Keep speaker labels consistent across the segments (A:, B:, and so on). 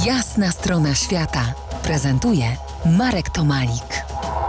A: Jasna strona świata prezentuje Marek Tomalik.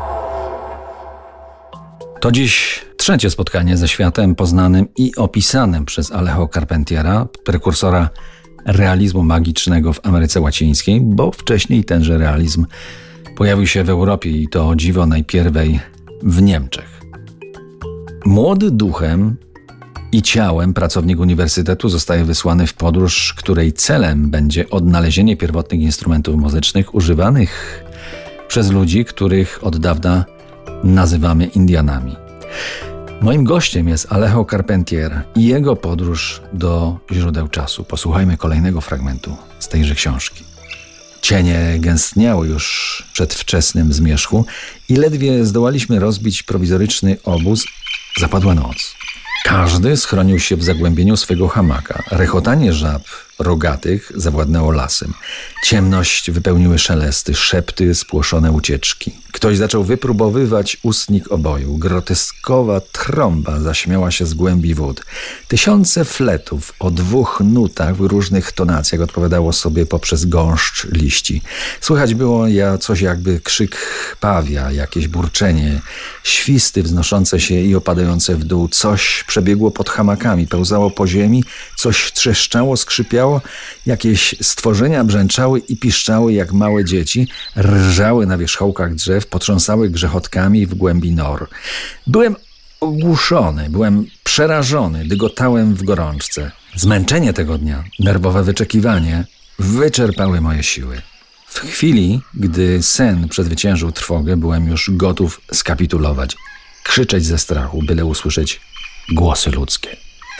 B: To dziś trzecie spotkanie ze światem poznanym i opisanym przez Alejo Carpentiera, prekursora realizmu magicznego w Ameryce Łacińskiej, bo wcześniej tenże realizm pojawił się w Europie i to o dziwo najpierwej w Niemczech. Młody duchem i ciałem pracownik uniwersytetu zostaje wysłany w podróż, której celem będzie odnalezienie pierwotnych instrumentów muzycznych używanych przez ludzi, których od dawna nazywamy Indianami. Moim gościem jest Alejo Carpentier i jego podróż do źródeł czasu. Posłuchajmy kolejnego fragmentu z tejże książki. Cienie gęstniały już przed wczesnym zmierzchu i ledwie zdołaliśmy rozbić prowizoryczny obóz, zapadła noc. Każdy schronił się w zagłębieniu swego hamaka. Rechotanie żab rogatych zawładnęło lasem. Ciemność wypełniły szelesty, szepty, spłoszone ucieczki. Ktoś zaczął wypróbowywać ustnik oboju. Groteskowa trąba zaśmiała się z głębi wód. Tysiące fletów o 2 nutach w różnych tonacjach odpowiadało sobie poprzez gąszcz liści. Słychać było coś jakby krzyk pawia, jakieś burczenie, świsty wznoszące się i opadające w dół. Coś przebiegło pod hamakami, pełzało po ziemi, coś trzeszczało, skrzypiało, jakieś stworzenia brzęczały i piszczały jak małe dzieci, rżały na wierzchołkach drzew, potrząsały grzechotkami w głębi nor. Byłem ogłuszony, byłem przerażony, dygotałem w gorączce. Zmęczenie tego dnia, nerwowe wyczekiwanie wyczerpały moje siły. W chwili, gdy sen przezwyciężył trwogę, byłem już gotów skapitulować, krzyczeć ze strachu, byle usłyszeć głosy ludzkie.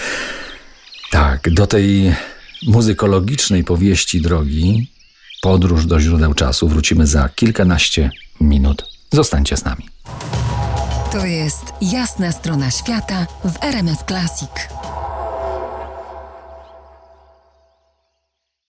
B: Tak, do tej muzykologicznej powieści drogi, podróż do źródeł czasu, wrócimy za kilkanaście minut. Zostańcie z nami.
A: To jest Jasna strona świata w RMF Classic.